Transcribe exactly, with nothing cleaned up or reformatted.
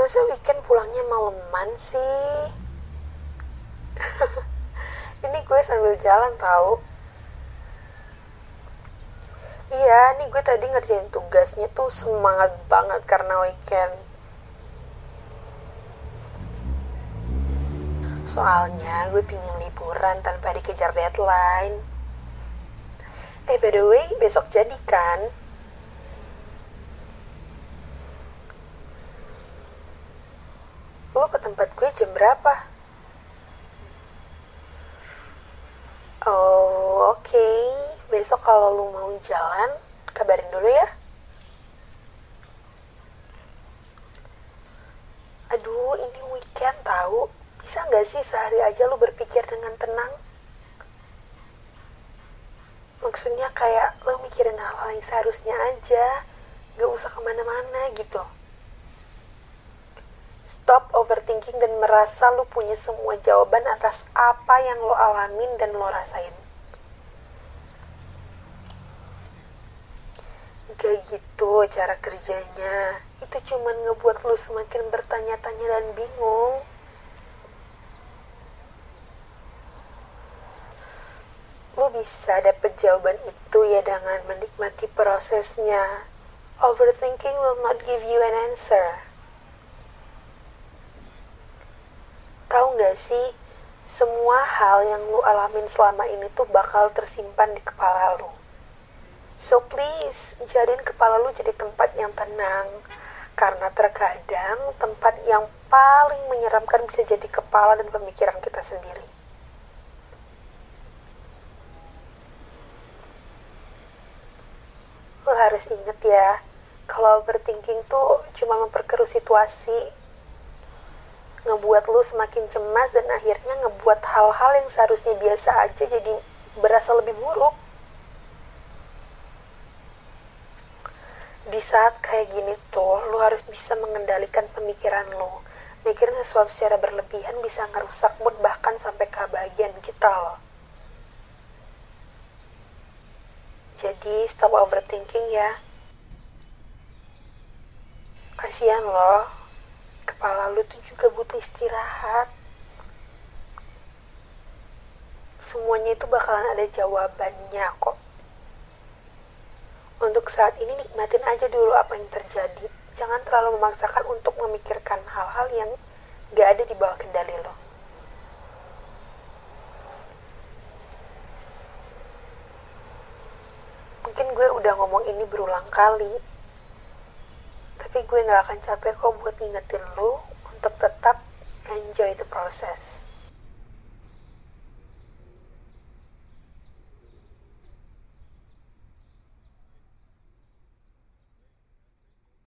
masa weekend pulangnya maleman sih? Ini gue sambil jalan tahu. Iya, nih gue tadi ngerjain tugasnya tuh semangat banget karena weekend. Soalnya gue pingin liburan tanpa dikejar deadline. Eh, by the way, besok jadi kan? Lo ke tempat gue jam berapa? Oh, oke. Okay. Besok kalau lu mau jalan, kabarin dulu ya. Aduh, ini weekend tahu. Bisa nggak sih sehari aja lu berpikir dengan tenang? Maksudnya kayak lu mikirin hal-hal yang seharusnya aja. Gak usah kemana-mana gitu. Stop overthinking dan merasa lu punya semua jawaban atas apa yang lo alamin dan lo rasain. Gak gitu cara kerjanya. Itu cuman ngebuat lu semakin bertanya-tanya dan bingung. Lu bisa dapet jawaban itu ya dengan menikmati prosesnya. Overthinking will not give you an answer. Tahu gak sih, semua hal yang lu alamin selama ini tuh bakal tersimpan di kepala lu. So please, jadiin kepala lu jadi tempat yang tenang. Karena terkadang tempat yang paling menyeramkan bisa jadi kepala dan pemikiran kita sendiri. Lu harus inget ya, kalau overthinking tuh cuma memperkeruh situasi. Ngebuat lu semakin cemas dan akhirnya ngebuat hal-hal yang seharusnya biasa aja jadi berasa lebih buruk. Di saat kayak gini tuh, lu harus bisa mengendalikan pemikiran lu. Mikirin sesuatu secara berlebihan bisa ngerusak mood bahkan sampai kebahagiaan kita loh. Jadi stop overthinking ya. Kasian loh, kepala lu tuh juga butuh istirahat. Semuanya itu bakalan ada jawabannya kok. Untuk saat ini nikmatin aja dulu apa yang terjadi. Jangan terlalu memaksakan untuk memikirkan hal-hal yang gak ada di bawah kendali lo. Mungkin gue udah ngomong ini berulang kali, tapi gue gak akan capek kok buat ngingetin lo untuk tetap enjoy the process.